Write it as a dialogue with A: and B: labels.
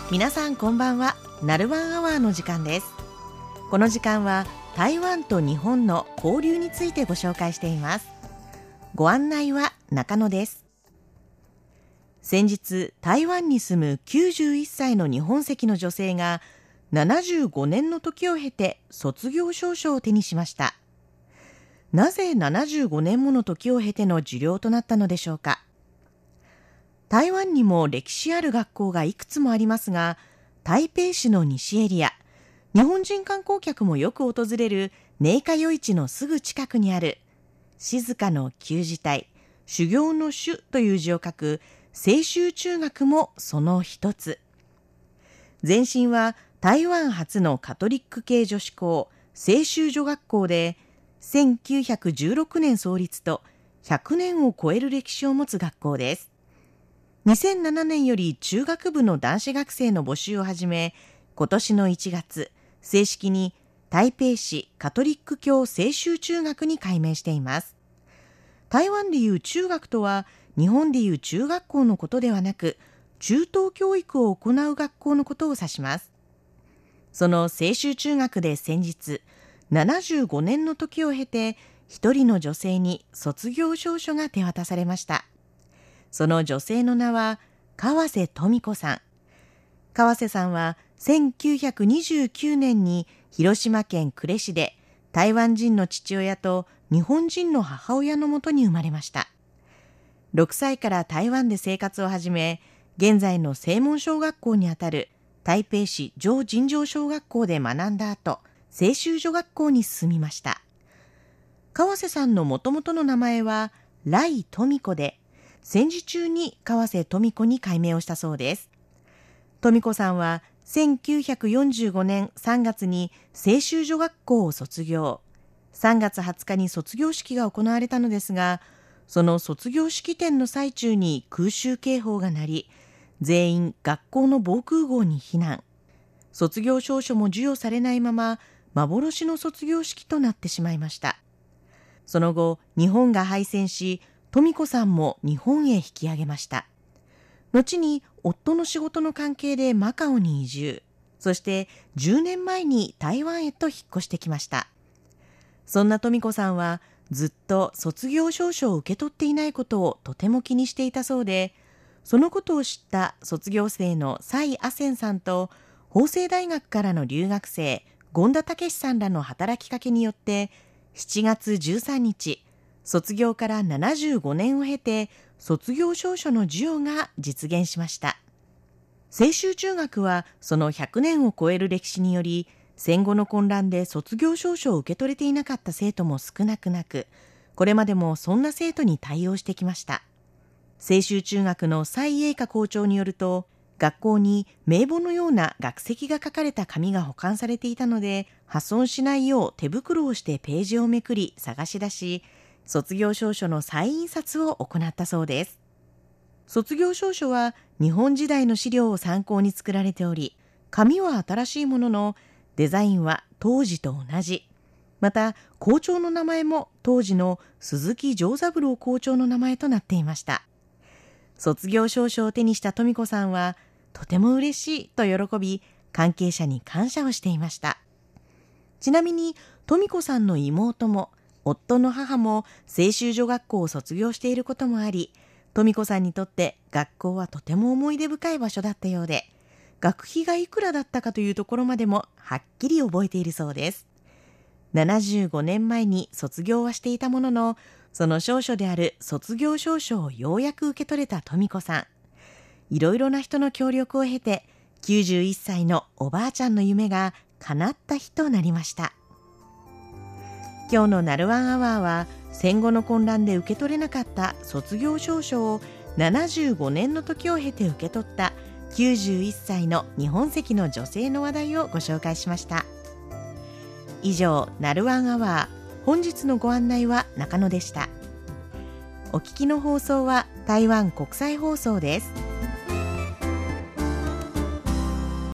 A: 皆さんこんばんは。ナルワンアワーの時間です。この時間は台湾と日本の交流についてご紹介しています。ご案内は中野です。先日、台湾に住む91歳の日本籍の女性が75年の時を経て卒業証書を手にしました。なぜ75年もの時を経ての受領となったのでしょうか。台湾にも歴史ある学校がいくつもありますが、台北市の西エリア、日本人観光客もよく訪れる寧夏夜市のすぐ近くにある、静かの旧字体、修行の修という字を書く青州中学もその一つ。前身は台湾初のカトリック系女子校、青州女学校で、1916年創立と100年を超える歴史を持つ学校です。2007年より中学部の男子学生の募集を始め、今年の1月、正式に台北市カトリック教青州中学に改名しています。台湾でいう中学とは、日本でいう中学校のことではなく、中等教育を行う学校のことを指します。その青州中学で先日、75年の時を経て、一人の女性に卒業証書が手渡されました。その女性の名は川瀬富子さん。川瀬さんは1929年に広島県呉市で台湾人の父親と日本人の母親のもとに生まれました。6歳から台湾で生活を始め、現在の正門小学校にあたる台北市上尋常小学校で学んだ後、青州女学校に進みました。川瀬さんのもともとの名前は来富子で、戦時中に川瀬富子に改名をしたそうです。富子さんは1945年3月に青州女学校を卒業。3月20日に卒業式が行われたのですが、その卒業式典の最中に空襲警報が鳴り、全員学校の防空壕に避難。卒業証書も授与されないまま、幻の卒業式となってしまいました。その後、日本が敗戦し、富子さんも日本へ引き上げました。後に夫の仕事の関係でマカオに移住、そして10年前に台湾へと引っ越してきました。そんな富子さんはずっと卒業証書を受け取っていないことをとても気にしていたそうで、そのことを知った卒業生の蔡阿仙さんと法政大学からの留学生権田武さんらの働きかけによって7月13日、卒業から75年を経て卒業証書の授与が実現しました。青州中学はその100年を超える歴史により、戦後の混乱で卒業証書を受け取れていなかった生徒も少なくなく、これまでもそんな生徒に対応してきました。青州中学の蔡英華校長によると、学校に名簿のような学籍が書かれた紙が保管されていたので、破損しないよう手袋をしてページをめくり探し出し、卒業証書の再印刷を行ったそうです。卒業証書は日本時代の資料を参考に作られており、紙は新しいもののデザインは当時と同じ。また校長の名前も当時の鈴木丈三郎校長の名前となっていました。卒業証書を手にした富子さんはとても嬉しいと喜び、関係者に感謝をしていました。ちなみに富子さんの妹も夫の母も青州女学校を卒業していることもあり、富子さんにとって学校はとても思い出深い場所だったようで、学費がいくらだったかというところまでもはっきり覚えているそうです。75年前に卒業はしていたものの、その証書である卒業証書をようやく受け取れた富子さん。いろいろな人の協力を経て、91歳のおばあちゃんの夢が叶った日となりました。今日のナルワンアワーは、戦後の混乱で受け取れなかった卒業証書を75年の時を経て受け取った91歳の日本籍の女性の話題をご紹介しました。以上、ナルワンアワー、本日のご案内は中野でした。お聞きの放送は台湾国際放送です。